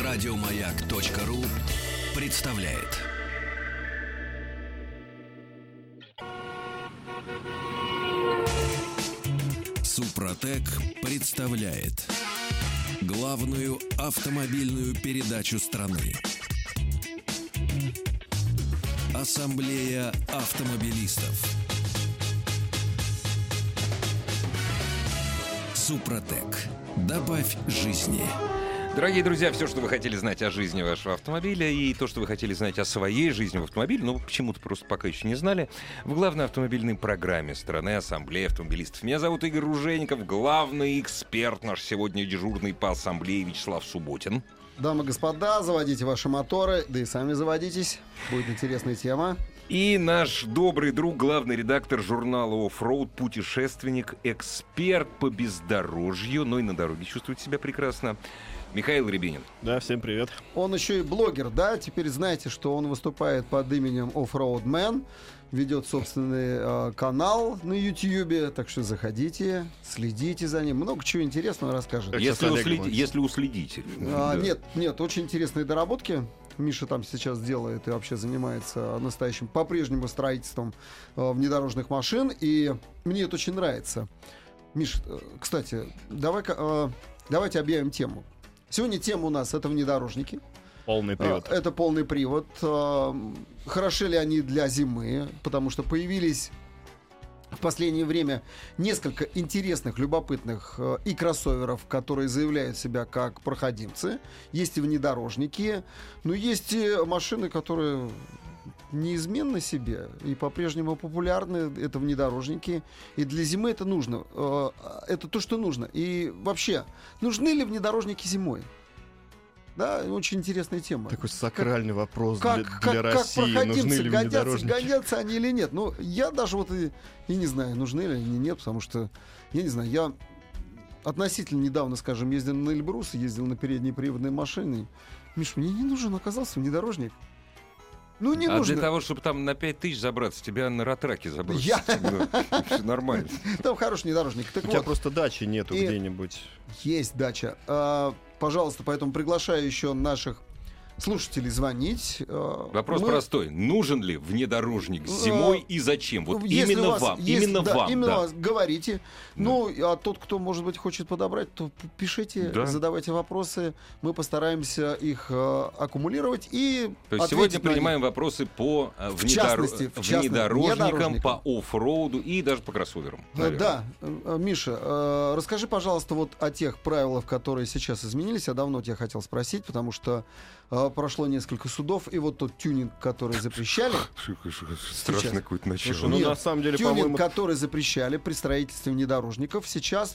Радиомаяк.ру представляет. Супротек представляет главную автомобильную передачу страны. Ассамблея автомобилистов. Супротек. Добавь жизни. Дорогие друзья, все, что вы хотели знать о жизни вашего автомобиля и то, что вы хотели знать о своей жизни в автомобиле, но почему-то просто пока еще не знали, в главной автомобильной программе страны Ассамблеи автомобилистов. Меня зовут Игорь Ружейников, главный эксперт наш сегодня дежурный по Ассамблее Вячеслав Субботин. Дамы и господа, заводите ваши моторы, да и сами заводитесь. Будет интересная тема. И наш добрый друг, главный редактор журнала «Оффроуд», путешественник, эксперт по бездорожью, но и на дороге чувствует себя прекрасно, Михаил Рябинин. Да, всем привет. Он еще и блогер, да? Теперь знаете, что он выступает под именем Offroad Man, ведет собственный канал на YouTube, так что заходите, следите за ним. Много чего интересного расскажет. Если уследите. Нет, очень интересные доработки. Миша там сейчас делает и вообще занимается настоящим, по-прежнему строительством внедорожных машин, и мне это очень нравится. Миш, кстати, давайте объявим тему. Сегодня тема у нас — это внедорожники. Полный привод. Это полный привод. Хороши ли они для зимы? Потому что появились в последнее время несколько интересных, любопытных и кроссоверов, которые заявляют себя как проходимцы. Есть и внедорожники, но есть и машины, которые неизменно себе и по-прежнему популярны. Это внедорожники. И для зимы это нужно. Это то, что нужно. И вообще, нужны ли внедорожники зимой? Да, очень интересная тема. Такой сакральный вопрос для России. Как Нужны ли внедорожники? годятся они или нет? Ну, я даже вот и не знаю, нужны ли они, нет, потому что, я не знаю, я относительно недавно, скажем, ездил на Эльбрус, ездил на передней приводной машине. Миш, мне не нужен оказался внедорожник. Ну, не нужно. Для того, чтобы там на 5000 забраться, тебя на ратраке забросить. Все нормально. Там хороший внедорожник. У тебя просто дачи нету где-нибудь. Есть дача. Пожалуйста, поэтому приглашаю еще наших слушателей звонить. Вопрос простой. Нужен ли внедорожник зимой и зачем? Вот именно вам. Именно вас. Говорите. Ну, а тот, кто, может быть, хочет подобрать, то пишите, задавайте вопросы. Мы постараемся их аккумулировать и то есть сегодня принимаем вопросы по внедорожникам, по оффроуду и даже по кроссоверам. Да. Миша, расскажи, пожалуйста, вот о тех правилах, которые сейчас изменились. Я давно тебя хотел спросить, потому что прошло несколько судов, и вот тот тюнинг, который запрещали... Страшное какое-то начало. Нет, на самом деле, тюнинг, который запрещали при строительстве внедорожников, сейчас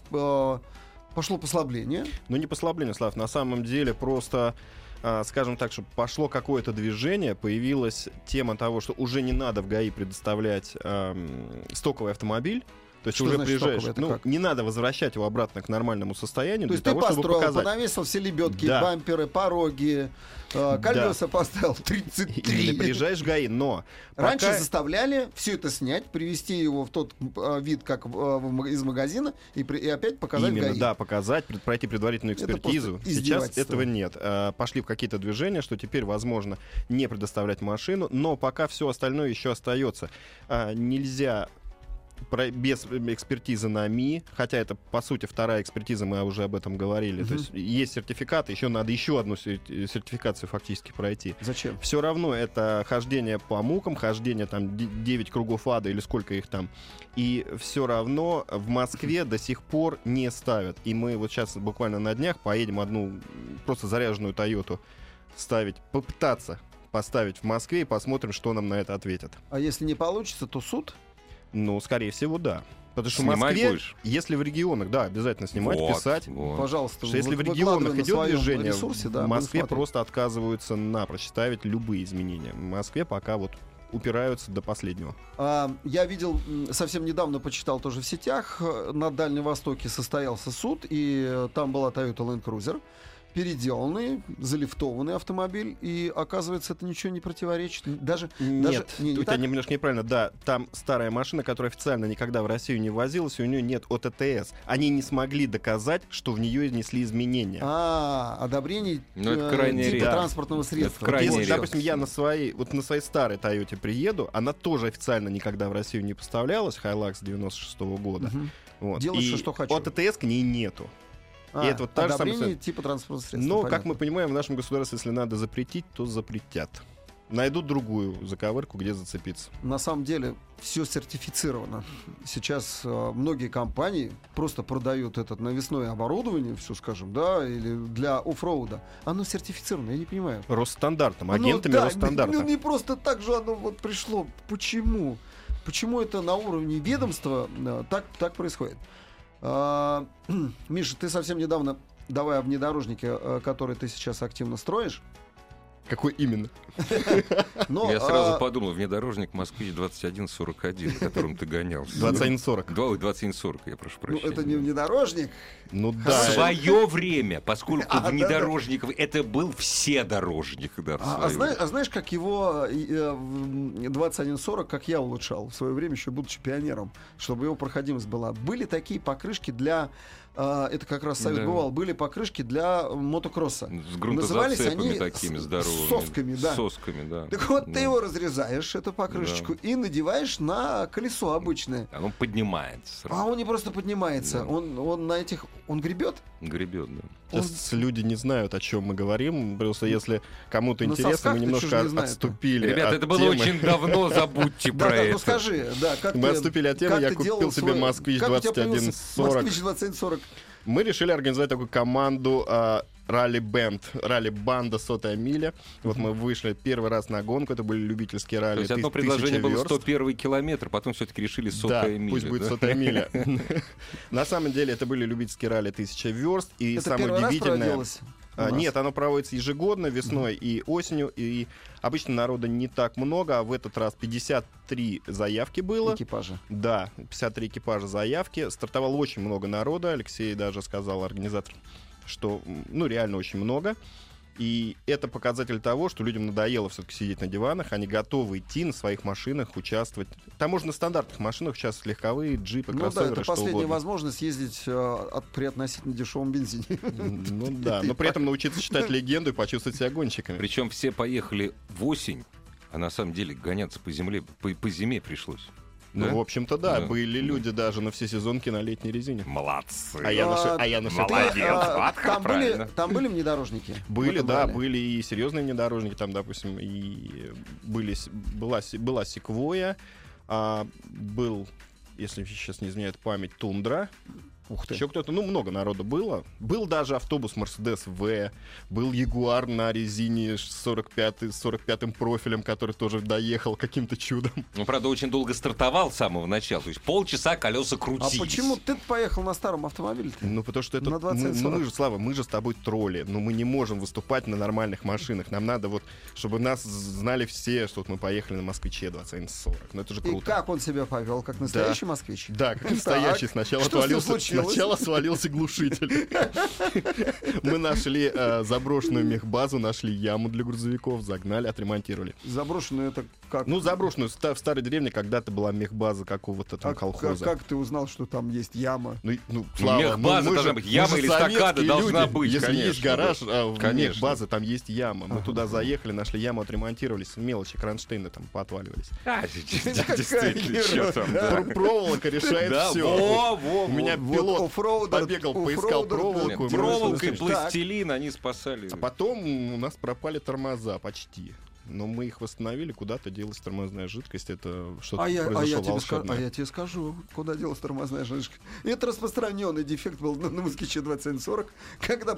пошло послабление. Ну, не послабление, Слав, на самом деле просто... скажем так, что пошло какое-то движение, появилась тема того, что уже не надо в ГАИ предоставлять стоковый автомобиль. То есть уже приезжаешь, не надо возвращать его обратно к нормальному состоянию. То есть ты построил, понавесил все лебедки, бамперы, пороги, колеса поставил 33. Или приезжаешь в ГАИ, но... Раньше заставляли все это снять, привести его в тот вид, как из магазина, и опять показать в ГАИ. Именно, да, показать, пройти предварительную экспертизу. Сейчас этого нет. Пошли в какие-то движения, что теперь возможно не предоставлять машину, но пока все остальное еще остается. Нельзя... без экспертизы на МИ, хотя это, по сути, вторая экспертиза, мы уже об этом говорили. То есть сертификат, еще надо еще одну сертификацию фактически пройти. Зачем? Все равно это хождение по мукам, хождение там 9 кругов ада или сколько их там. И все равно в Москве до сих пор не ставят. И мы вот сейчас буквально на днях поедем одну просто заряженную Тойоту ставить, попытаться поставить в Москве и посмотрим, что нам на это ответят. А если не получится, то суд? Ну, скорее всего, да. Потому что в Москве, будешь? Если в регионах, да, обязательно снимать, писать. Пожалуйста. Что если в регионах идет движение, в Москве просто отказываются напрочь ставить любые изменения. В Москве пока вот упираются до последнего. Я видел, совсем недавно почитал тоже в сетях, на Дальнем Востоке состоялся суд, и там была Toyota Land Cruiser. переделанный, залифтованный автомобиль, и, оказывается, это ничего не противоречит. Нет, у тебя немножко неправильно. Да, там старая машина, которая официально никогда в Россию не ввозилась, и у нее нет ОТТС. Они не смогли доказать, что в нее внесли изменения. Одобрение типа транспортного средства. Если, допустим, я на своей старой Тойоте приеду, она тоже официально никогда в Россию не поставлялась, Hilux 96-го года. Вот. Делать, что хочу. ОТТС к ней нету. И это вот та же самая... типа транспортного средства. Но, как мы понимаем, в нашем государстве, если надо запретить, то запретят. Найдут другую заковырку, где зацепиться. На самом деле все сертифицировано. Сейчас многие компании просто продают это навесное оборудование, все скажем, да, или для оффроуда. Оно сертифицировано, я не понимаю. Росстандартом, агентами Росстандартом. Не просто так же оно вот пришло. Почему? Почему это на уровне ведомства так происходит? Миша, ты совсем недавно, давай о внедорожнике, который ты сейчас активно строишь. Какой именно? Я сразу подумал, внедорожник «Москвич-2141», которым ты гонялся. 2140. 2140, я прошу прощения. Ну, это не внедорожник. Ну да. В свое время, поскольку внедорожник, это был вседорожник. Знаешь, как его 2140, как я улучшал в свое время, еще будучи пионером, чтобы его проходимость была. Были такие покрышки для... Это как раз совет бывал. Были покрышки для мотокросса. С грунтозацепами такими здоровыми. С сосками, да. Сосками, да. Так вот, ты его разрезаешь, эту покрышечку, и надеваешь на колесо обычное. Оно поднимается сразу. А он не просто поднимается. Да. Он на этих... Он гребет? Гребет, да. Сейчас люди не знают, о чем мы говорим. Просто если кому-то интересно, мы немножко отступили. Ребята, это было очень давно, забудьте про это. Ну скажи, как мы отступили от темы, я купил себе «Москвич-2140». «Москвич-2140». Мы решили организовать такую команду ралли-банда «Сотая миля». Вот мы вышли первый раз на гонку, это были любительские ралли. То есть одно предложение было 101 километр, потом все-таки решили 100-я миля. Пусть будет 100-я миля. На самом деле это были любительские ралли 1000 верст. И самое удивительное... Нет, оно проводится ежегодно, весной и осенью, и обычно народа не так много, а в этот раз 53 заявки было. Экипажа. Да, 53 экипажа заявки. Стартовало очень много народа, Алексей даже сказал, организатор, что, реально очень много. И это показатель того, что людям надоело все-таки сидеть на диванах, они готовы идти на своих машинах, участвовать. Там можно на стандартных машинах участвовать, легковые, джипы, кроссоверы, это последняя возможность ездить при относительно дешевом бензине. Ну да, но при этом научиться читать легенду и почувствовать себя гонщиками. Причем все поехали в осень, а на самом деле гоняться по зиме пришлось. Ну, в общем-то, да. Были люди даже на всесезонке на летней резине. Молодцы. А я на Молодец. Там были внедорожники? Были, да, были и серьезные внедорожники. Там, допустим, и была Секвоя, был, если сейчас не изменяет память, Тундра. Ух ты. Еще кто-то, много народу было. Был даже автобус Mercedes V, был Ягуар на резине с 45-м профилем, который тоже доехал каким-то чудом. Ну, правда, очень долго стартовал с самого начала, то есть полчаса колеса крутились. А почему ты поехал на старом автомобиле-то? Ну, потому что это... мы же с тобой тролли, но мы не можем выступать на нормальных машинах. Нам надо чтобы нас знали все, что мы поехали на Москвиче 2140. Ну, это же круто. И как он себя повел? Как настоящий москвич? Да, как настоящий. Сначала свалился глушитель. Мы нашли заброшенную мехбазу, нашли яму для грузовиков, загнали, отремонтировали. Заброшенную это как? Заброшенную. В старой деревне когда-то была мехбаза какого-то там колхоза. Как ты узнал, что там есть яма? Слава, мехбаза должна быть. Яма или эстакада должна быть. Если есть гараж, в мехбазе там есть яма. Мы туда заехали, нашли яму, отремонтировались. Мелочи, кронштейны там поотваливались. Действительно, что там. Проволока решает все. У меня пилот побегал, поискал проволоку. Проволока и пластилин, они спасали. А потом у нас пропали тормоза почти. Но мы их восстановили, куда-то делась тормозная жидкость. Это что-то произошло волшебное. Я тебе скажу, куда делась тормозная жидкость. Это распространенный дефект был на Москвиче 2140, когда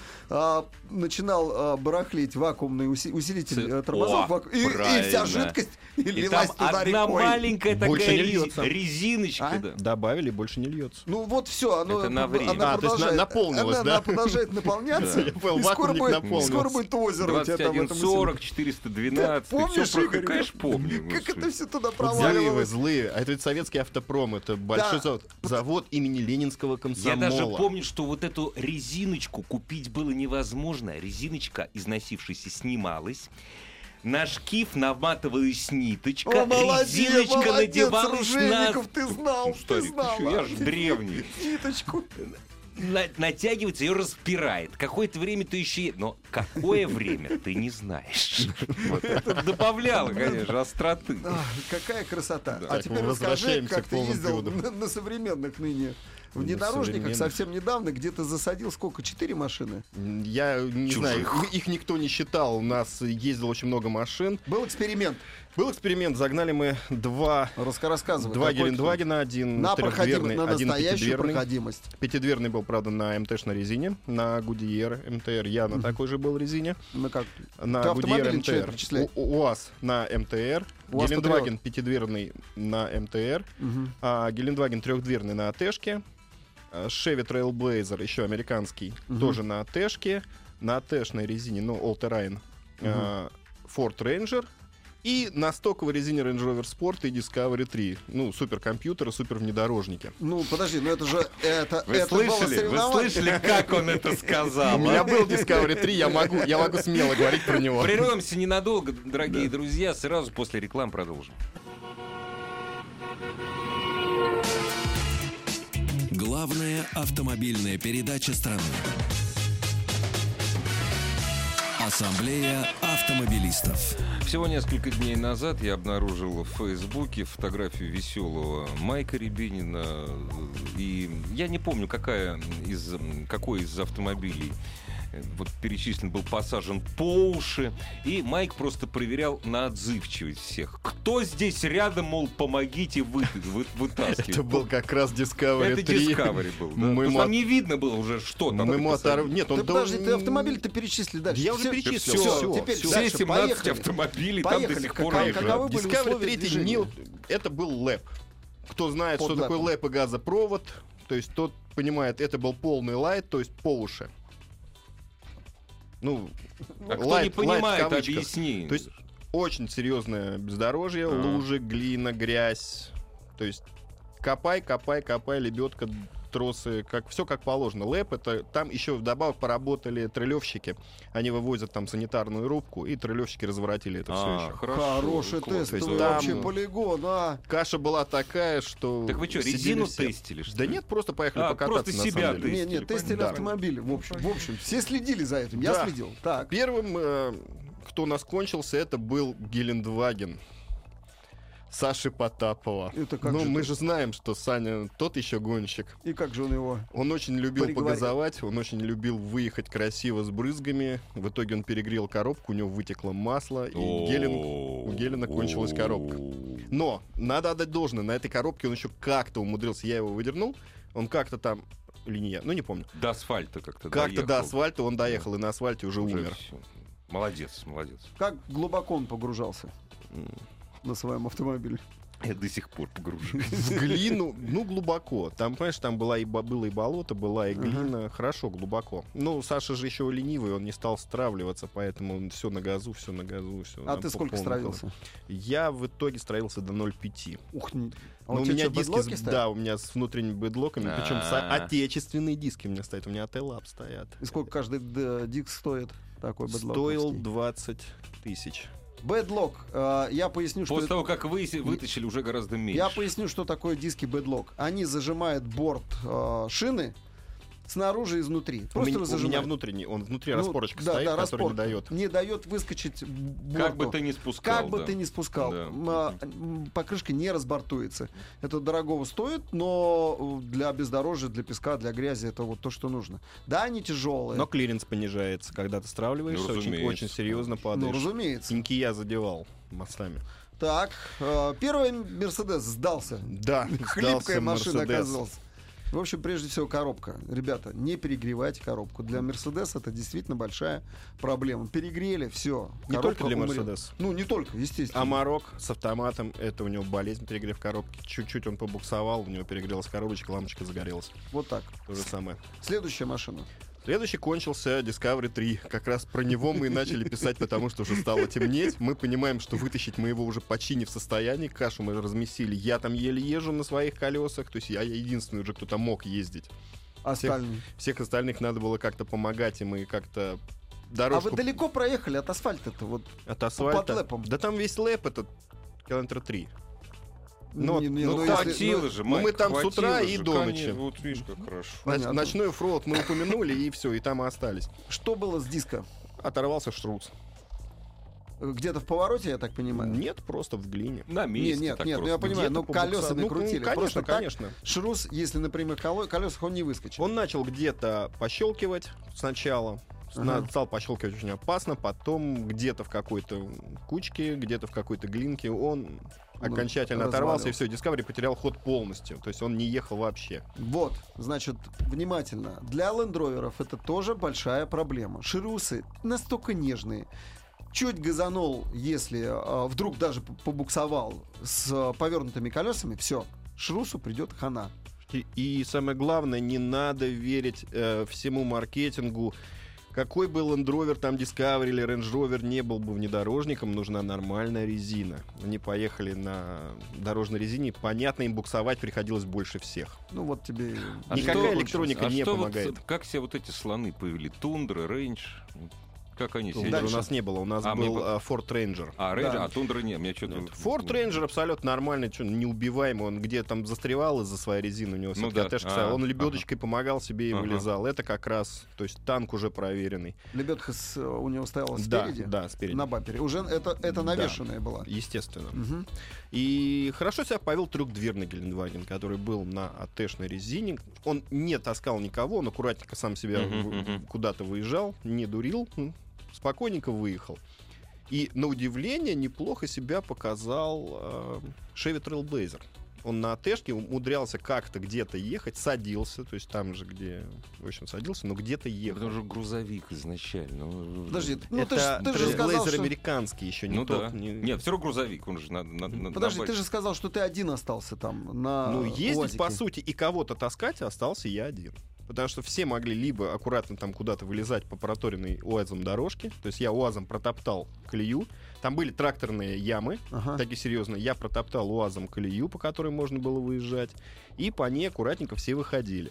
начинал барахлить вакуумный усилитель тормозов, и вся жидкость лилась туда рекой. Одна маленькая такая резиночка. Добавили, больше не льется. Ну вот все, это на время. То есть наполнилось, да? Она продолжает наполняться, и скоро будет озеро у тебя там в этом. 2140, 400 12. Помнишь, все Игорь? Конечно, помню. Как это все туда Вот злые вы, проваливалось? злые. А это ведь советский автопром, это большой завод. Завод имени Ленинского комсомола. Я даже помню, что вот эту резиночку купить было невозможно. Резиночка, износившаяся, снималась. На шкив наматывалась ниточка, О, молодец, резиночка молодец, надевалась Ружейников, ты знал, ты Старик, знал. ты чё, я же древний. Ниточку. Натягивается, ее распирает. Какое-то время ты еще... Но какое время, ты не знаешь. Вот это добавляло, конечно, остроты. Какая красота. Да. А Так, теперь мы расскажи, возвращаемся как к ты полным ездил приводам. на современных ныне внедорожниках современных. совсем недавно, где ты засадил сколько? 4 машины? Я не Чужих. знаю, их никто не считал. У нас ездило очень много машин. Был эксперимент. Был эксперимент, загнали мы два Рассказывай. Два какой Гелендвагена, один на трехдверный, на один настоящую пятидверный. проходимость. Пятидверный был, правда, на МТ-шной резине, на Goodyear МТР. Я на такой же был резине. Ну как? На Ты Goodyear автомобиль начали МТР. перечислять? УАЗ на МТР. УАЗ Гелендваген пятидверный на МТР. Мгм. Гелендваген трехдверный на АТшке. Chevy Trailblazer, еще американский, Мгм. тоже на АТшке. На АТшной резине, ну, All Terrain. Ford Ranger. И на стоковой резине Range Rover Sport и Discovery 3. Ну, суперкомпьютеры, супервнедорожники. Ну, подожди, ну это же... Вы это было слышали? Вы соревнование. слышали, как он это сказал? У меня был Discovery 3, я могу смело говорить про него. Прервемся ненадолго, дорогие друзья. Сразу после реклам продолжим. Главная автомобильная передача страны. Ассамблея автомобилистов. Всего несколько дней назад я обнаружил в Фейсбуке фотографию веселого Майка Рябинина. И я не помню, какой из автомобилей вот перечислен был посажен по уши. И Майк просто проверял на отзывчивость всех. Кто здесь рядом, мол, помогите вытаскивать. Это был как раз Discovery Это 3. Discovery был, да? Мы Потому ему что там не видно было уже, что там. Мы ему Нет, он Ты подожди, ты автомобиль-то перечисли дальше. Я уже Всё- перечислил. всё, Всё, теперь всё. Все дальше, 17 поехали. автомобилей там до Поехали. сих пор Каковы лежат. были Discovery условия 3 движения? это был лэп. Кто знает, Под что такое лэпом. лэп и газопровод, то есть тот понимает, это был полный лайт, то есть по уши. Ну, А кто лайт- не понимает, лайт в кавычках. объясни. То есть очень серьезное бездорожье, лужи, глина, грязь. То есть копай, лебедка, тросы, все как положено. Лэп это там еще вдобавок поработали трелевщики. Они вывозят там санитарную рубку, и трелевщики разворотили это все еще. Хороший класс. тестовый Там- вообще полигон, а. Каша была такая, что... Так вы что, сидели резину все. тестили, что Да ли? нет, просто поехали покататься, просто на себя самом деле. тестили. Нет, тестили Да. автомобили. В общем, все следили за этим. Я Да. следил. Так. Первым, кто у нас кончился, это был Гелендваген Саши Потапова. Это как Ну, же мы так? же знаем, что Саня тот еще гонщик. И как же он его... Он очень любил Приговорил. погазовать, он очень любил выехать красиво с брызгами. В итоге он перегрел коробку, у него вытекло масло, и у Гелена кончилась коробка. Но надо отдать должное, на этой коробке он еще как-то умудрился, я его выдернул, он как-то там, или не я, ну не помню, До асфальта как-то как-то до доехал. асфальта он доехал, и на асфальте уже Уже умер. всё. Молодец. Как глубоко он погружался на своем автомобиле? Я до сих пор погружен. В глину, ну, глубоко. Там, понимаешь, там было и болото, была и глина. Хорошо, глубоко. Ну, Саша же еще ленивый, он не стал стравливаться, поэтому он все на газу, все. А ты сколько стравился? Я в итоге стравился до 0,5. Ух, а Но у у тебя меня что, диски, бэдлоки стоят? да, у меня с внутренними бэдлоками, причем А-а-а. отечественные диски у меня стоят. У меня Ателлап стоят. И сколько каждый диск стоит? Такой бэдлок. Стоил 20 тысяч. Бэдлок. Я поясню, что... После того, как вы вытащили, уже гораздо меньше. Я поясню, что такое диски бэдлок. Они зажимают борт шины снаружи и изнутри. Просто У меня зажимают. внутренний, он внутри Ну, распорочка да, стоит, да, который распорка. не дает. Не дает выскочить борту. Как бы ты ни спускал. Как бы да. ты ни спускал. Да. Покрышка не разбортуется. Это дорогого стоит, но для бездорожья, для песка, для грязи это вот то, что нужно. Да, они тяжелые. Но клиренс понижается, когда ты стравливаешься, Ну, очень, разумеется. очень серьезно Ну, падаешь. разумеется. Пеньки я задевал мостами. Так, первый Мерседес сдался. Да, Хлипкая сдался машина Мерседес. оказалась. В общем, прежде всего, коробка. Ребята, не перегревайте коробку. Для Мерседеса это действительно большая проблема. Перегрели, все. Не только для Мерседес. Ну, не только, естественно. Амарок с автоматом, это у него болезнь, перегрев коробки. Чуть-чуть он побуксовал, у него перегрелась коробочка, лампочка загорелась. Вот так. То же самое. Следующая машина. Следующий кончился Discovery 3. Как раз про него мы и начали писать, потому что уже стало темнеть. Мы понимаем, что вытащить мы его уже почти не в состоянии. Кашу мы размесили. Я там еле езжу на своих колесах. То есть я единственный уже, кто там мог ездить. Всех остальных надо было как-то помогать им и как-то дорожку... А вы далеко проехали от асфальта-то? Вот от асфальта? Под лэпом? Да там весь лэп это километра 3. Хватило же, мы там с утра и до ночи. Вот видишь, как хорошо. Ночной оффроуд мы упомянули, и все, и там и остались. Что было с диска? Оторвался шрус. Где-то в повороте, я так понимаю? Нет, просто в глине. На месте. Нет, я понимаю, но колесами крутили. Конечно, конечно. Шрус, если на прямых колесах, он не выскочит. Он начал где-то пощелкивать сначала. Стал пощелкивать очень опасно, потом где-то в какой-то кучке, где-то в какой-то глинке он окончательно оторвался, и все, Discovery потерял ход полностью, то есть он не ехал вообще. Вот, значит, внимательно. Для Land Rover'ов это тоже большая проблема. Шрусы настолько нежные. Чуть газанул, если вдруг даже побуксовал с повернутыми колесами, все, шрусу придет хана. И самое главное, не надо верить всему маркетингу. Какой бы Land Rover, там Discovery или Range Rover не был бы внедорожником, нужна нормальная резина. Они поехали на дорожной резине, понятно, им буксовать приходилось больше всех. Ну вот тебе... Никакая электроника не помогает. Как себе вот эти слоны повели? Тундра, Range... Как они сидят? Тундра у нас не было, у нас был Ford Ranger. Ranger, Тундра нет, мне что-то... Ford Ranger абсолютно нормальный, неубиваемый, он где там застревал из-за своей резины, у него все-таки АТшка стояла, он лебедочкой помогал себе и вылезал, это как раз, то есть танк уже проверенный. Лебедка у него стояла спереди? Да, спереди. На бампере, уже это навешенная была? Естественно. И хорошо себя повел трехдверный Гелендваген, который был на АТшной резине, он не таскал никого, он аккуратненько сам себя куда-то выезжал, не дурил, спокойненько выехал. И, на удивление, неплохо себя показал Chevy Trailblazer. Он на АТшке умудрялся как-то где-то ехать, садился, то есть там же, где, в общем, садился, но где-то ехал. Это же грузовик изначально. Подожди, это ты же сказал, что... американский еще, не тот. Да. Нет, все равно грузовик, он же Подожди, ты же сказал, что ты один остался там на ездить, УАЗике. По сути, и кого-то таскать остался я один. Потому что все могли либо аккуратно там куда-то вылезать по проторенной УАЗом дорожке. То есть я УАЗом протоптал колею. Там были тракторные ямы, такие серьезные. Я протоптал УАЗом колею, по которой можно было выезжать. И по ней аккуратненько все выходили.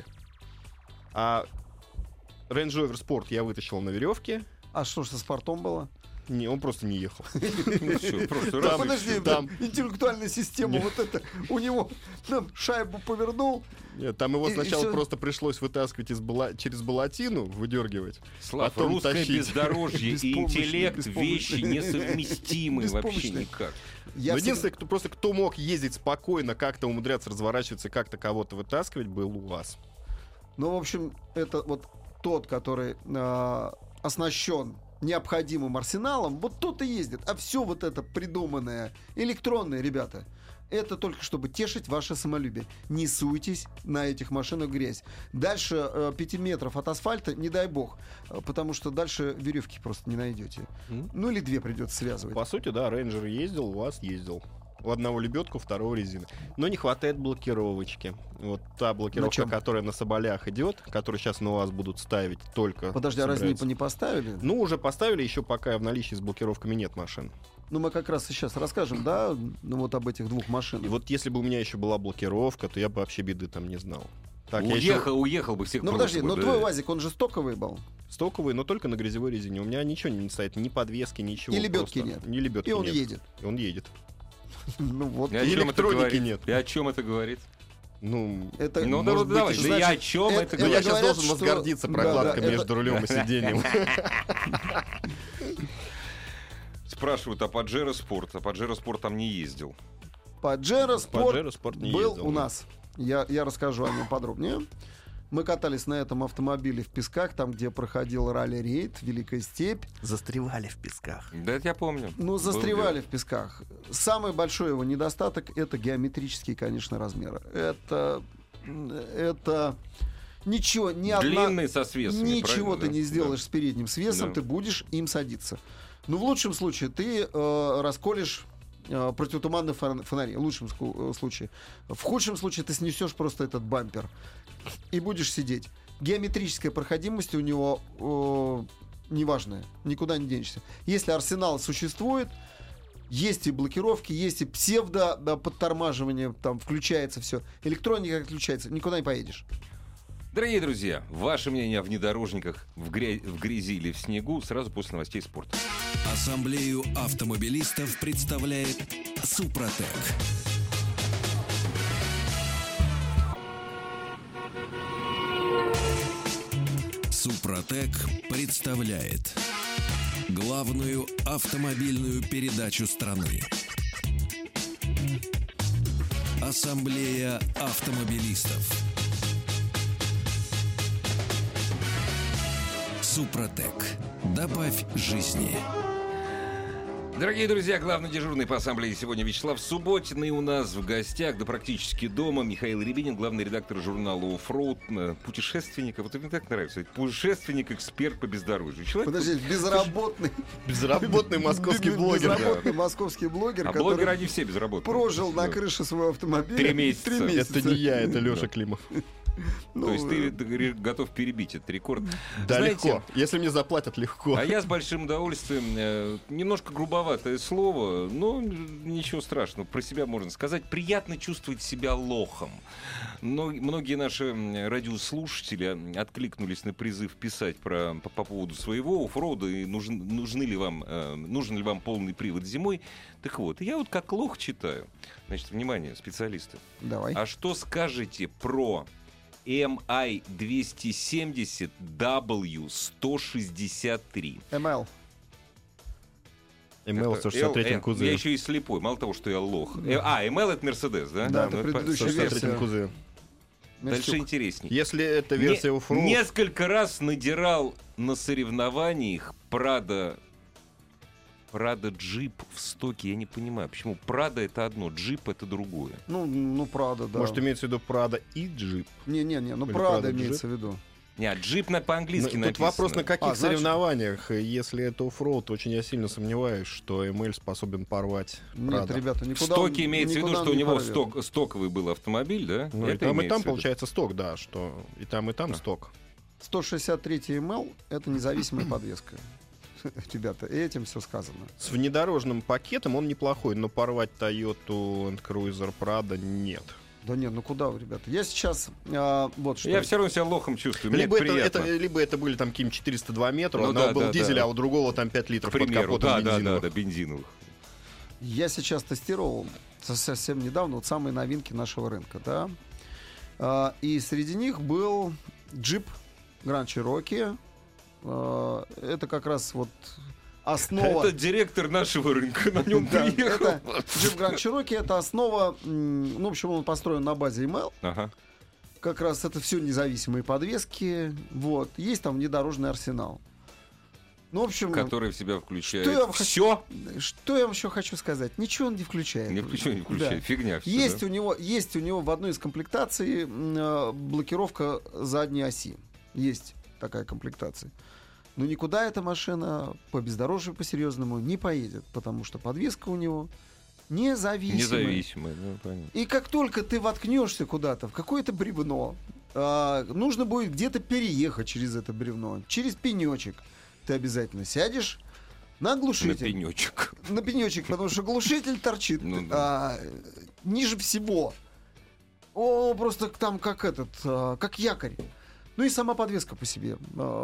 А Range Rover Sport я вытащил на веревке. А что ж со спортом было? Не, он просто не ехал. Подожди, там интеллектуальная система вот это. У него шайбу повернул. Нет, там его сначала просто пришлось вытаскивать через болотину, выдергивать. Слав, русское бездорожье и интеллект — вещи несовместимые вообще никак. Но единственное, кто мог ездить спокойно, как-то умудряться разворачиваться, как-то кого-то вытаскивать, был УАЗ. Ну, в общем, это вот тот, который оснащен необходимым арсеналом, вот тот и ездит. А все вот это придуманное, электронное, ребята, это только чтобы тешить ваше самолюбие. Не суйтесь на этих машинах грязь. Дальше 5 метров от асфальта, не дай бог, потому что дальше веревки просто не найдете. Ну или 2 придется связывать. По сути, да, Рейнджер ездил, УАЗ ездил. У одного лебедку, второго резины. Но не хватает блокировочки. Вот та блокировка, которая на Соболях идет, которую сейчас на УАЗ будут ставить только... Подожди, а разве не поставили? Ну, уже поставили, еще пока в наличии с блокировками нет машин. Ну, мы как раз сейчас расскажем, да, ну, вот об этих 2 машинах. И вот если бы у меня еще была блокировка, то я бы вообще беды там не знал. Так, уехал бы всех. Ну, подожди, но твой УАЗик, он же стоковый был. Стоковый, но только на грязевой резине. У меня ничего не стоит, ни подвески, ничего. И лебедки нет. Ни лебедки нет. И он едет. Ну вот. И электроники нет. И о чем это говорит? Ну, может быть, давай. Да и о чем это говорит? Я сейчас должен возгордиться прокладкой между рулем и сиденьем. Спрашивают, а Pajero Sport? А Pajero Sport там не ездил. Pajero Sport был у нас. Я расскажу о нем подробнее. Мы катались на этом автомобиле в песках, там, где проходил ралли-рейд, Великая степь. Застревали в песках. Да, это я помню. Ну, застревали в песках. Самый большой его недостаток — это геометрические, конечно, размеры. Это ничего, длинный со свесами, ничего ты не сделаешь с передним свесом, ты будешь им садиться. Ну, в лучшем случае ты расколешь противотуманные фонари. В лучшем случае. В худшем случае ты снесешь просто этот бампер и будешь сидеть. геометрическая проходимость у него неважная, никуда не денешься. Если арсенал существует, есть и блокировки, есть и псевдо-подтормаживание, там включается все. Электроника отключается, никуда не поедешь. Дорогие друзья, ваше мнение о внедорожниках в грязи или в снегу сразу после новостей спорта. Ассамблею автомобилистов представляет Супротек. Супротек представляет главную автомобильную передачу страны. Ассамблея автомобилистов. Супротек. Добавь жизни. Дорогие друзья, главный дежурный по ассамблее сегодня Вячеслав Субботин. И у нас в гостях, да практически дома, Михаил Рябинин, главный редактор журнала «Оффроуд», путешественник. Вот мне так нравится. Путешественник, эксперт по бездорожью. Человек... Подожди, безработный московский блогер. Безработный московский блогер, который блогеры, они все безработные. Прожил на крыше своего автомобиля 3 месяца. Это не я, это Леша Климов. То есть ты готов перебить этот рекорд? Да, знаете, легко. Если мне заплатят, легко. А я с большим удовольствием, немножко грубоватое слово, но ничего страшного, про себя можно сказать. Приятно чувствовать себя лохом. Но многие наши радиослушатели откликнулись на призыв писать по поводу своего оффроуда и нужен ли вам полный привод зимой. Так вот, я вот как лох читаю. Значит, внимание, специалисты. Давай. А что скажете про MI270W163? ML. ML в 163-м кузове. Я еще и слепой, мало того, что я лох. ML это Мерседес, да? Да, это предыдущая версия. Кузове. Дальше интересней. Если это версия Оффроуд... Несколько раз надирал на соревнованиях Prado Jeep в стоке. Я не понимаю, почему Prado это одно, Jeep это другое. Ну, Prado, да. Может, имеется в виду Prado и Jeep? Не, Prado имеется в виду. Нет, джип по-английски написано. Тут вопрос, на каких соревнованиях. Если это оффроуд, очень я сильно сомневаюсь, что ML способен порвать Prado. Нет, ребята, никуда. В стоке имеется в виду, что у него стоковый был автомобиль, да? Ну, и там получается сток, да, что и там сток. 163 ML — это независимая подвеска. Ребята, этим все сказано. С внедорожным пакетом он неплохой, но порвать Toyota Land Cruiser Prado нет. Да нет, ну куда вы, ребята? Я сейчас вот что. Я все равно себя лохом чувствую. Либо это были там какие-нибудь 402 метра, у одного был дизель, а у другого там 5 литров под капотом бензиновых. Я сейчас тестировал совсем недавно вот самые новинки нашего рынка, да. И среди них был джип Grand Cherokee. Это как раз вот основа... Это директор нашего рынка, на нем приехал. Jeep Grand Cherokee — это основа, ну, в общем, он построен на базе ML. Ага. Как раз это все независимые подвески. Вот. Есть там внедорожный арсенал. Ну, в общем... Который в себя включает все. Что я вам еще хочу сказать? Ничего он не включает. Ничего не включает, фигня. Все, есть у него в одной из комплектаций блокировка задней оси. Есть такая комплектация. Но никуда эта машина по бездорожью по-серьезному не поедет, потому что подвеска у него независимая. Понятно. И как только ты воткнешься куда-то в какое-то бревно, нужно будет где-то переехать через это бревно, через пенечек. Ты обязательно сядешь на глушитель. На пенечек, потому что глушитель торчит ниже всего. Просто там как якорь. Ну и сама подвеска по себе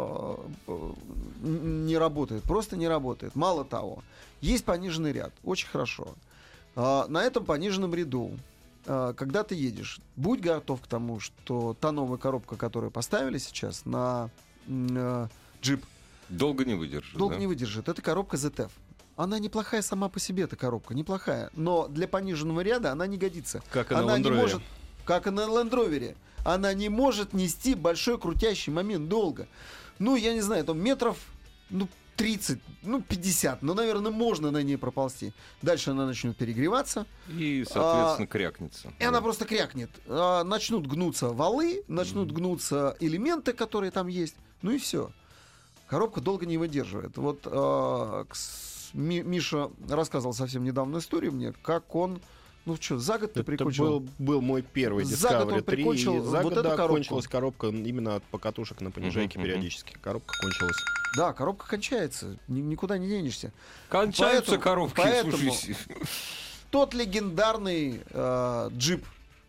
не работает, просто не работает. Мало того, есть пониженный ряд, очень хорошо. На этом пониженном ряду, когда ты едешь, будь готов к тому, что та новая коробка, которую поставили сейчас на джип, долго не выдержит. Это коробка ZF. Она неплохая сама по себе, эта коробка, неплохая. Но для пониженного ряда она не годится. Как и на Land Rover. Как и на Land Rover. Она не может нести большой крутящий момент долго. Ну, я не знаю, там метров 30, 50. Ну, наверное, можно на ней проползти. Дальше она начнет перегреваться. И, соответственно, крякнется. И она просто крякнет. Начнут гнуться валы, начнут гнуться элементы, которые там есть. Ну и все. Коробка долго не выдерживает. Вот Миша рассказывал совсем недавно историю мне, как он Ну что, за год ты Это прикончил? был мой первый За год он Discovery 3. прикончил И за вот год, эту да, коробку. кончилась коробка именно от покатушек на понижайке периодически. Коробка кончилась. Да, коробка кончается. Никуда не денешься. Кончаются коробки, поэтому слушай. тот легендарный джип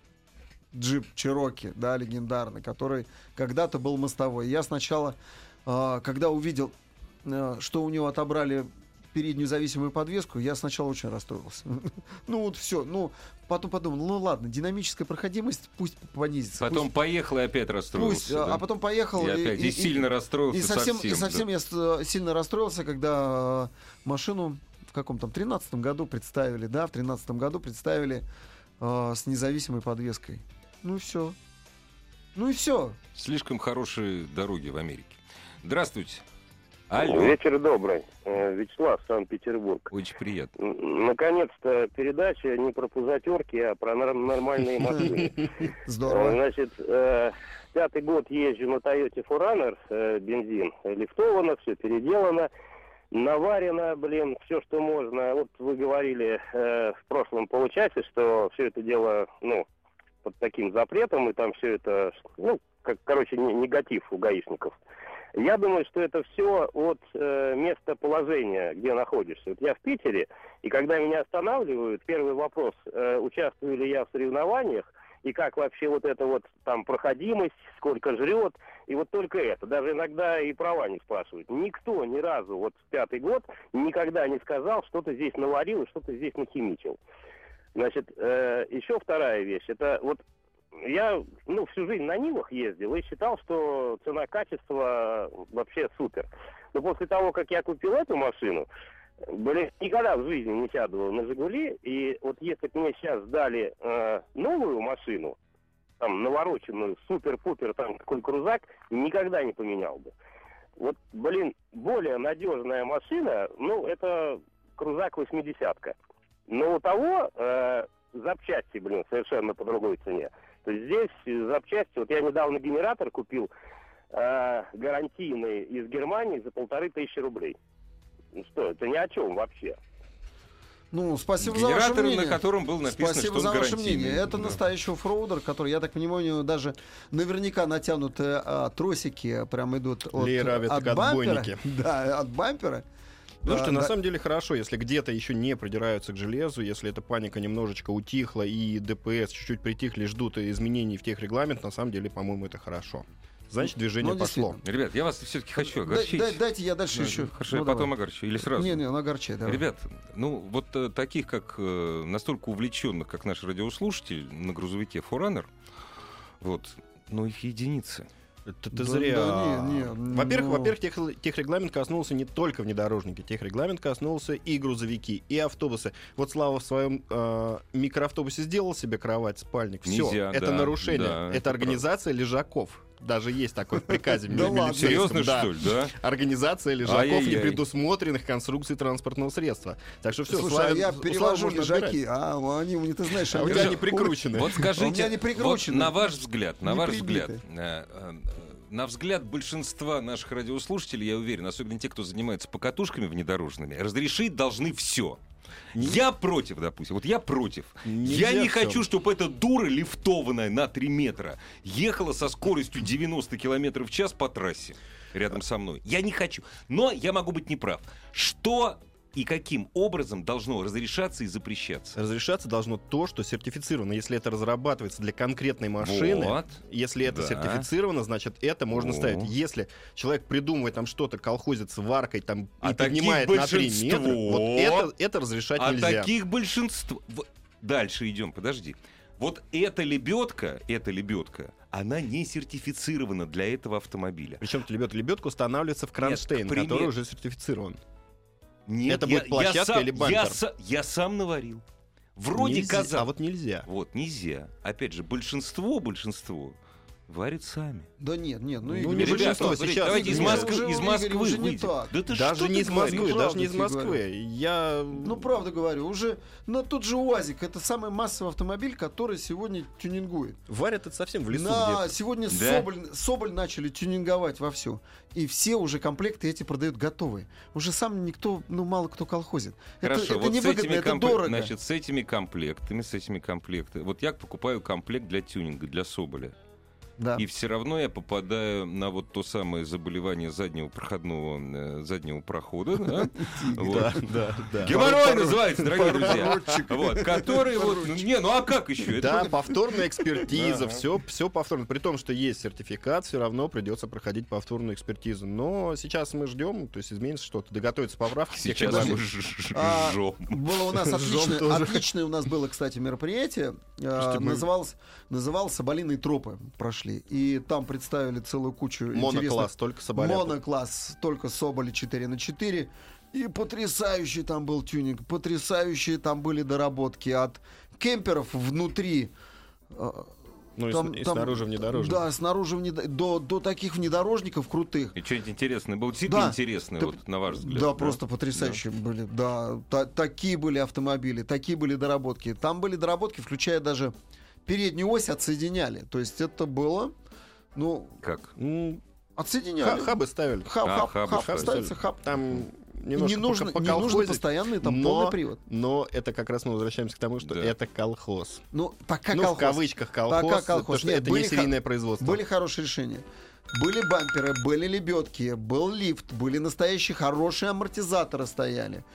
Cherokee, да, легендарный, который когда-то был мостовой. Я сначала, когда увидел, что у него отобрали переднюю зависимую подвеску, я сначала очень расстроился. Ну вот все. Ну, потом подумал, ну ладно, динамическая проходимость пусть понизится. Потом поехал и опять расстроился. Пусть, да? А потом поехал. И опять. И сильно расстроился И совсем да. я сильно расстроился, когда машину в каком-то 13-м году представили, да, в 13-м году представили с независимой подвеской. Ну и все. Слишком хорошие дороги в Америке. Здравствуйте. Алло. Вечер добрый. Вячеслав, Санкт-Петербург. Очень приятно. Наконец-то передача не про пузатерки, а про нормальные машины. Здорово. Значит, 5-й год езжу на Toyota 4Runner, бензин. Лифтовано, все переделано. Наварено, все, что можно. Вот вы говорили в прошлом получасе, что все это дело, под таким запретом, и там все это, негатив у гаишников. Я думаю, что это все от местоположения, где находишься. Вот я в Питере, и когда меня останавливают, первый вопрос, участвую ли я в соревнованиях, и как вообще вот это вот там проходимость, сколько жрет, и вот только это. Даже иногда и права не спрашивают. Никто ни разу, вот в 5-й год, никогда не сказал, что-то здесь наварил и что-то здесь нахимичил. Значит, еще вторая вещь, это вот я, всю жизнь на Нивах ездил и считал, что цена-качество вообще супер. Но после того, как я купил эту машину, никогда в жизни не сяду на «Жигули», и вот если бы мне сейчас дали новую машину, там, навороченную, супер-пупер, там, такой крузак, никогда не поменял бы. Вот, более надежная машина, это крузак 80-ка. Но у того запчасти, совершенно по другой цене. То есть здесь запчасти, вот я недавно генератор купил гарантийный из Германии за 1500 рублей. Ну что, это ни о чем вообще. Спасибо за ваше мнение. На котором было написано, спасибо что он за ваше гарантийный. мнение. Это настоящий оффроудер, который, я так понимаю, даже наверняка натянуты тросики прям идут от бампера. Да, от бампера. Слушайте, на самом деле хорошо, если где-то еще не придираются к железу, если эта паника немножечко утихла и ДПС чуть-чуть притихли, ждут изменений в техрегламент, на самом деле, по-моему, это хорошо. Значит, движение пошло. Ребят, я вас все-таки хочу огорчить. Дайте я дальше еще. Хорошо, я потом огорчу. Или сразу? Не, огорчай, давай. Ребят, вот таких, как настолько увлеченных, как наш радиослушатель на грузовике 4Runner, их единицы. Это зря. Во-первых, техрегламент коснулся не только внедорожники. Техрегламент коснулся и грузовики, и автобусы. Вот Слава в своем микроавтобусе сделал себе кровать, спальник. Все, это нарушение. Да, это организация лежаков. Даже есть такой в приказе. Да ладно, серьезно, что ли, да? Организация лежаков непредусмотренных конструкций транспортного средства. Так что все, слушай, я перевожу лежаки, они, ты знаешь, у тебя не прикручены. Вот скажите, на ваш взгляд, на взгляд большинства наших радиослушателей, я уверен, особенно те, кто занимается покатушками внедорожными, разрешить должны все. Я против, допустим. Вот я против. Я не хочу, чтобы эта дура лифтованная на 3 метра ехала со скоростью 90 км в час по трассе рядом со мной. Я не хочу. Но я могу быть неправ. Что и каким образом должно разрешаться и запрещаться? Разрешаться должно то, что сертифицировано. Если это разрабатывается для конкретной машины, если это сертифицировано, значит, это можно ставить. Если человек придумывает там что-то, колхозит сваркой там, и поднимает на 3 метра, это разрешать нельзя. Таких большинство... Дальше идем, подожди. Вот эта лебедка, она не сертифицирована для этого автомобиля. Причем лебедка устанавливается в кронштейн, который уже сертифицирован. Нет, это будет площадка или бампер? Я сам наварил. Вроде казалось. А вот нельзя. Вот нельзя. Опять же, большинство Варят сами. Да нет, ну не большинство сейчас. Давайте из Москвы уже не выйдем. так. Да ты даже не из Москвы, говоришь? даже не из Правда тебе Москвы. Я... Ну, правда говорю, уже... Но тот же УАЗик, это самый массовый автомобиль, который сегодня тюнингует. Варят это совсем в лесу где-то. Сегодня Да? Соболь начали тюнинговать вовсю. И все уже комплекты эти продают готовые. Уже сам никто, мало кто колхозит. Хорошо, это вот невыгодно, это дорого. Значит, с этими комплектами, вот я покупаю комплект для тюнинга, для Соболя. Да. И все равно я попадаю на вот то самое заболевание заднего прохода. Да? Вот. Да. Геморрой называется, дорогие друзья. Вот, который вот... а как еще? Да, повторная экспертиза, все повторно. При том, что есть сертификат, все равно придется проходить повторную экспертизу. Но сейчас мы ждем, то есть изменится что-то, доготовятся поправки. Сейчас мы жжем. Было у нас отличное у нас было, кстати, мероприятие. Называлось «Соболиные тропы». Прошли. И там представили целую кучу монокласс, только Соболя. Монокласс, только Соболи 4х4. И потрясающий там был тюнинг, потрясающие там были доработки от кемперов внутри. И снаружи внедорожник. Да, снаружи до таких внедорожников крутых. И что-нибудь интересное было? Действительно интересное, вот, на ваш взгляд? Да, просто потрясающие были. Да, такие были автомобили, такие были доработки. Там были доработки, включая даже переднюю ось отсоединяли. То есть это было, Как? Отсоединяли. Хабы ставили. Хаб ставится, хаб. Там не нужно постоянный там полный привод. Но это как раз мы возвращаемся к тому, что это колхоз. Пока колхоз. В кавычках колхоз. Потому что это не серийное производство. Были хорошие решения. Были бамперы, были лебедки, был лифт, были настоящие хорошие амортизаторы стояли.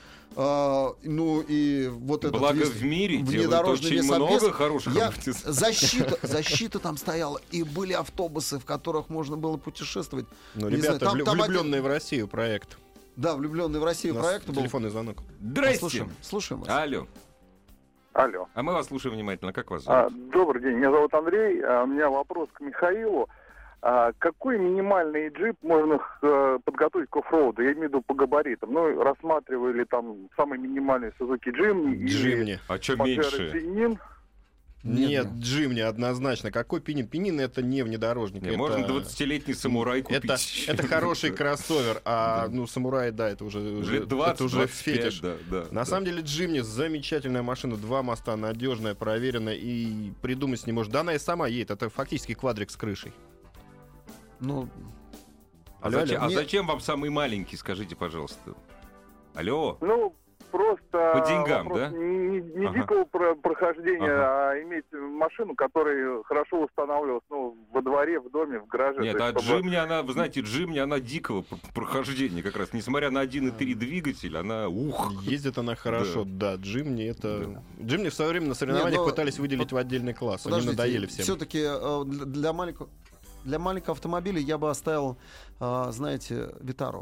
И вот это благо в мире делают очень много хороших амортизаторов. Защита там стояла, и были автобусы, в которых можно было путешествовать. Ребята, влюбленные в Россию проект. Да, влюбленный в Россию проект был. Телефонный звонок. Здрасте. Слушаем вас. Алло. А мы вас слушаем внимательно. Как вас зовут? Добрый день, меня зовут Андрей. У меня вопрос к Михаилу. Какой минимальный джип можно подготовить к оффроуду? Я имею в виду по габаритам. Рассматривали там самый минимальный Suzuki Jimny. Jimny. А что меньше? Нет, Jimny однозначно. Какой Пенин? Пенин — это не внедорожник. Можно 20-летний самурай купить. Это хороший кроссовер, самурай, да, это уже фетиш. На самом деле Jimny замечательная машина, 2 моста, надежная, проверенная, и придумать не может. Да, она и сама едет, это фактически квадрик с крышей. Зачем вам самый маленький, скажите, пожалуйста? Алло? Просто по деньгам, да? Не дикого прохождения, а иметь машину, которая хорошо устанавливалась во дворе, в доме, в гараже. Нет, Jimny, вы знаете, Jimny, она дикого прохождения как раз. Несмотря на 1.3 двигатель, она Ездит она хорошо, да. Jimny это... Jimny в свое время на соревнованиях пытались выделить в отдельный класс. Они надоели всем. Все-таки для маленького автомобиля я бы оставил, знаете, Витару.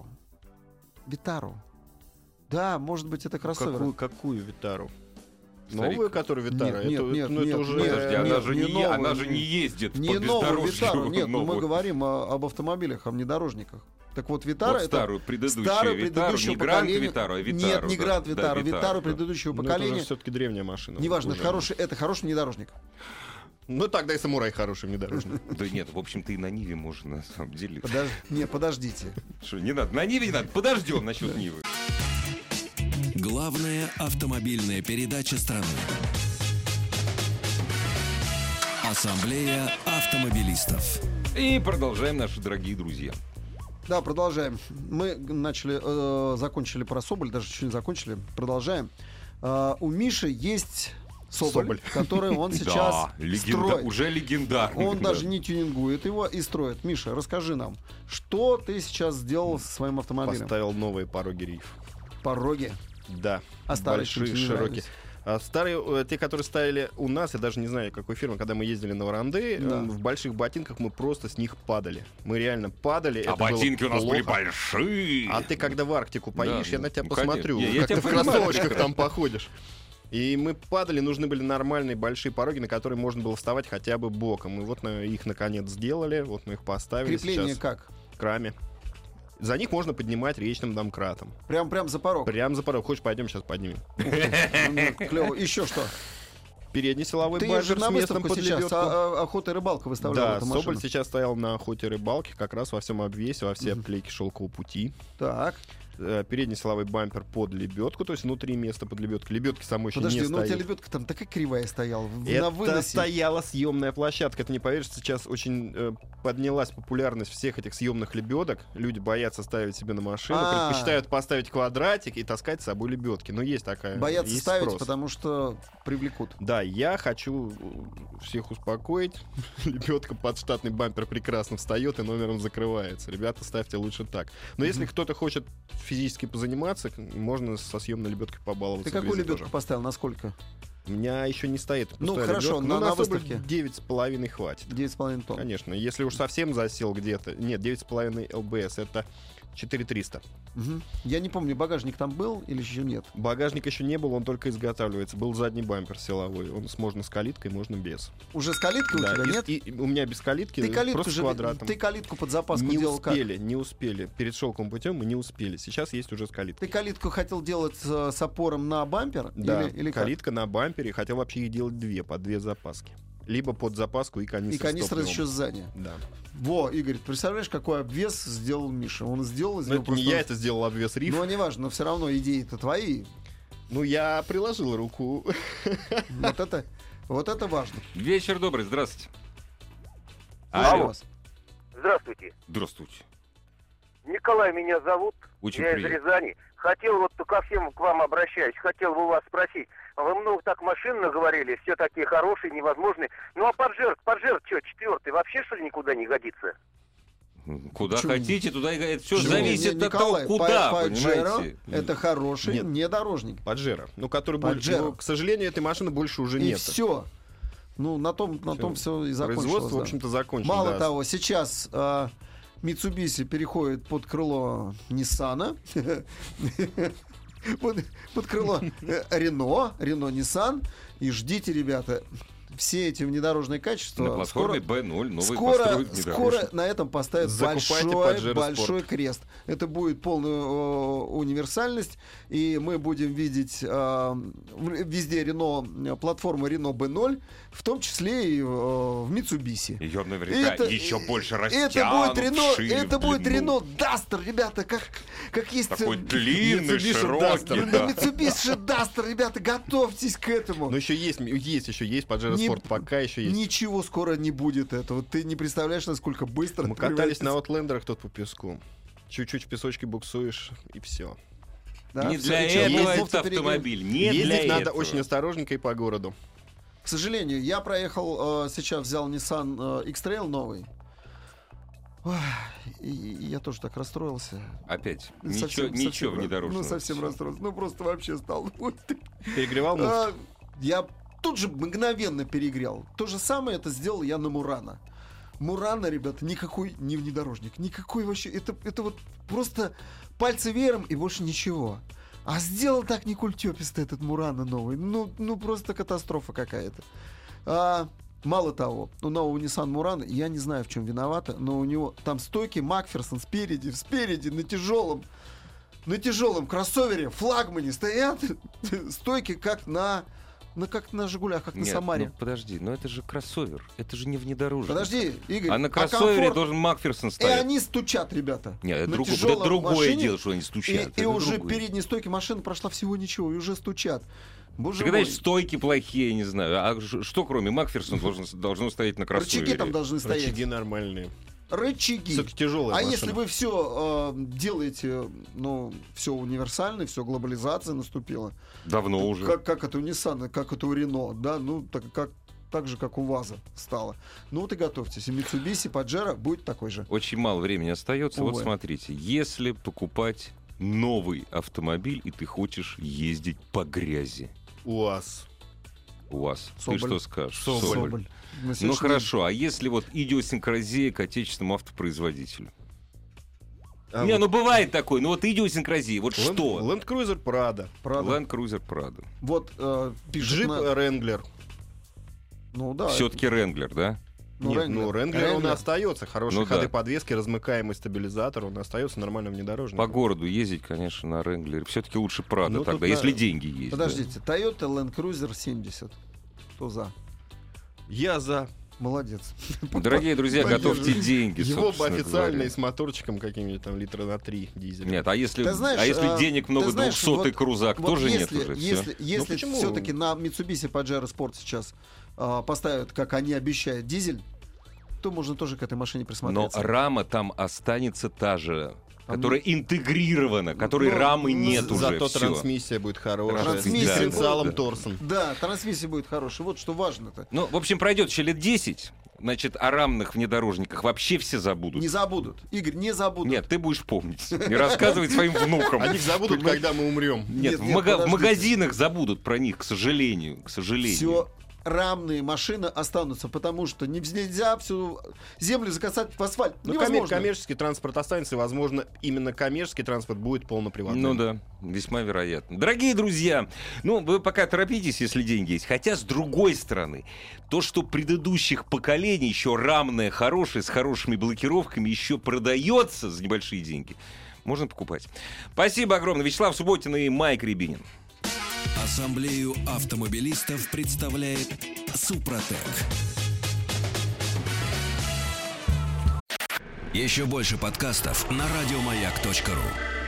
Да, может быть, это кроссовер. Какую Витару? Новую, которую Витара? Нет, уже она же не ездит по бездорожью. Нет, мы говорим об автомобилях, о внедорожниках. Так вот, Витара это старую предыдущую поколения. Нет, не Гранд Витару. Витару предыдущего поколения. Это все-таки древняя машина. Неважно, это хороший внедорожник. Тогда и самурай хороший внедорожник. Да нет, в общем-то и на Ниве можно, на самом деле. Подождите. Что, не надо, на Ниве не надо, подождем насчет Нивы. Главная автомобильная передача страны. Ассамблея автомобилистов. И продолжаем, наши дорогие друзья. Да, продолжаем. Мы закончили про Соболь, даже чуть не закончили. Продолжаем. У Миши есть Соболь, который он сейчас строит. Уже легендарный. Он даже не тюнингует его и строит. Миша, расскажи нам, что ты сейчас сделал со своим автомобилем? Поставил новые пороги риф. Пороги? Да. А старые большие, широкие. Старые, те, которые ставили у нас, я даже не знаю, какой фирмы, когда мы ездили на Варанды, в больших ботинках мы просто с них падали. Мы реально падали. А ботинки у нас были большие. А ты когда в Арктику поедешь, я на тебя посмотрю, как ты в кроссовочках там походишь. И мы падали, нужны были нормальные большие пороги, на которые можно было вставать хотя бы боком. И вот их наконец сделали, вот мы их поставили. Крепление сейчас как? В краме. За них можно поднимать речным домкратом. Прям за порог? Прям за порог. Хочешь, пойдем сейчас поднимем. Клево. Еще что? Передний силовой Ты бампер же на с местом выставку под сейчас лебедку. охота и рыбалка выставлял Да, эту машину. Соболь сейчас стоял на охоте и рыбалке, как раз во всем обвесе, во всей обклейке шелкового пути. Так. Передний силовой бампер под лебедку, то есть внутри места под лебедки. Лебедки самой еще Подожди, не ну у тебя стоит. лебедка там такая кривая стояла. На Это выносе. стояла съемная площадка. Ты не поверишь, сейчас очень поднялась популярность всех этих съемных лебедок. Люди боятся ставить себе на машину, предпочитают поставить квадратик и таскать с собой лебедки. Но есть такая. Боятся есть ставить, спрос. потому что привлекут. Да, я хочу всех успокоить. Лебедка под штатный бампер прекрасно встает и номером закрывается. Ребята, ставьте лучше так. Но если кто-то хочет физически позаниматься, можно со съемной лебедкой побаловаться. Ты какую в грязи лебедку тоже. поставил? На сколько? У меня еще не стоит Ну, пустая хорошо, лебедка. на Соболь выставке. 9,5 хватит. 9,5 тонн. Конечно, если уж совсем засел где-то. Нет, 9,5 ЛБС, это 4300. Угу. Я не помню, багажник там был или еще нет? Багажник еще не был, он только изготавливается. Был задний бампер силовой. Он можно с калиткой, можно без. Уже с калиткой Да, у тебя нет? и у меня без калитки, Ты калитку просто с же, квадратом. ты калитку под запаску не делал как? не успели. Перед шелковым путем мы не успели. Сейчас есть уже с калиткой. Ты калитку хотел делать с опором на бампер? Да, или как? калитка на бампере. Хотел вообще их делать две, по две запаски. Либо под запаску и канистра. И канистра с топливом. еще сзади. Да. Во, Игорь, представляешь, какой обвес сделал Миша? Он сделал из Но него это не просто- я это сделал, обвес риф. Ну, неважно, но все равно идеи-то твои. Ну, я приложил руку. Вот это важно. Вечер добрый, здравствуйте. Слушаю Алло. вас. Здравствуйте. Здравствуйте. Николай меня зовут. Очень Я приятно. из Рязани. Хотел вот ко всем к вам обращаюсь. Хотел бы у вас спросить. Вы много так машин наговорили, все такие хорошие, невозможные. Ну а Паджеро что, 4-й, вообще что ли никуда не годится? Куда Почему? хотите, туда и... Это все Почему? зависит от того, Николай, куда, Паджеро понимаете? это хороший Нет. внедорожник. Паджеро. Ну, который больше. Паджеро. Ну, к сожалению, этой машины больше уже И нет. все. Ну, на том все и закончилось. Производство, да. в общем-то, закончено. Мало да. того, сейчас Mitsubishi переходит под крыло Ниссана. Под крыло Рено Nissan. И ждите, ребята, все эти внедорожные качества. На платформе скоро- B0 новый Скоро, построят скоро внедорожник. на этом поставят Закупайте большой, Pajero большой Sport. крест. Это будет полная универсальность, и мы будем видеть везде Renault, платформы Renault B0, в том числе и в Mitsubishi. Ее наверняка еще больше растянут. Это будет Renault, шире это в будет длину. Renault Duster, ребята, как есть Такой длинный, Mitsubishi широкий. Duster. Да. Mitsubishi Duster, ребята, готовьтесь к этому. Но еще есть Pajero Не- Sport, пока еще есть. Ничего скоро не будет этого. Ты не представляешь, насколько быстро Мы это катались на превратится. Outlander'ах тут по песку. Чуть-чуть в песочке буксуешь, и все. Да, Не всё, для и чё, этого ездил этот ты перегрел? автомобиль. Не Ездить для надо этого. очень осторожненько и по городу. К сожалению, я проехал, сейчас взял Nissan X-Trail новый. Ой, и я тоже так расстроился. Опять. Совсем- Ничего совсем внедорожного. Ну, совсем расстроился. Ну, просто вообще стал. Перегревал муфту. Я тут же мгновенно перегрел. То же самое это сделал я на Мурано. Мурано, ребята, никакой не внедорожник. Никакой вообще. Это вот просто пальцы веером и больше ничего. А сделал так некультёписто этот Мурано новый. Ну просто катастрофа какая-то. Мало того, у нового Nissan Murano, я не знаю, в чем виновата, но у него там стойки Макферсон спереди на тяжелом кроссовере, флагмане стоят стойки как на Жигулях, как на Нет, Самаре. ну подожди, но это же кроссовер, это же не внедорожник. Подожди, Игорь. А на кроссовере комфорт? должен Макферсон И стоять. они стучат, ребята. Нет, это на это тяжелом другое машине, дело, что они стучат. И это уже другое. передней стойки машина прошла всего ничего, и уже стучат. Боже Так, мой. значит, стойки плохие, я не знаю. А что, кроме Макферсона, должно стоять на кроссовере? Рычаги там должны стоять. Рычаги нормальные. Рычаги. Все-таки тяжелая А машина. если вы все делаете, все универсально, все глобализация наступила. Давно уже. Как это у Nissan, как это у Renault, да, так же, как у ВАЗа стало. Ну вот и готовьтесь. И Mitsubishi Pajero будет такой же. Очень мало времени остается. Увы. Вот смотрите, если покупать новый автомобиль, и ты хочешь ездить по грязи, УАЗ. у вас, Соболь. ты что скажешь? Соболь. На Ну сегодняшний хорошо, а если вот идиосинкразия к отечественному автопроизводителю? Не, вот ну бывает такое, ну вот идиосинкразия, вот что? Land Cruiser Prado. день, правда. Land Cruiser Prado. Вот пишет Джип на- Wrangler. Ну да. Все-таки Ренглер, да? Нет, Wrangler он Wrangler. остается. Хорошие Ну ходы да. подвески, размыкаемый стабилизатор, он остается нормальным внедорожником. По городу ездить, конечно, на Ренглере. Все-таки лучше Prado Ну, тут тогда, на- если деньги есть. да. Подождите, Toyota Land Cruiser 70. Кто за? Я за. Молодец. Дорогие друзья, готовьте деньги. Его бы официально и с моторчиком каким-нибудь там литра на 3 дизеля. Нет, а если денег много, 200-й крузак тоже нет уже. Если все-таки на Mitsubishi Pajero Sport сейчас поставят, как они обещают, дизель, то можно тоже к этой машине присмотреться. Но рама там останется та же, которая интегрирована, которой рамы нет уже. Зато всё. трансмиссия будет хорошая. С дифференциалом Торсон. Да, трансмиссия будет хорошая. Вот что важно-то. Ну, в общем, пройдет еще лет 10, значит, о рамных внедорожниках вообще все забудут. Не забудут. Игорь, не забудут. Нет, ты будешь помнить. Не рассказывать своим внукам. Они забудут, когда мы умрем. Нет, в магазинах забудут про них, к сожалению. К сожалению. Все рамные машины останутся, потому что нельзя всю землю закасать в асфальт. Невозможно. Коммерческий транспорт останется, и, возможно, именно коммерческий транспорт будет полноприводным. Ну да, весьма вероятно. Дорогие друзья, вы пока торопитесь, если деньги есть. Хотя, с другой стороны, то, что предыдущих поколений еще рамное, хорошее, с хорошими блокировками, еще продается за небольшие деньги, можно покупать. Спасибо огромное. Вячеслав Субботин и Майк Рябинин. Ассамблею автомобилистов представляет Супротек. Еще больше подкастов на радиомаяк.ру.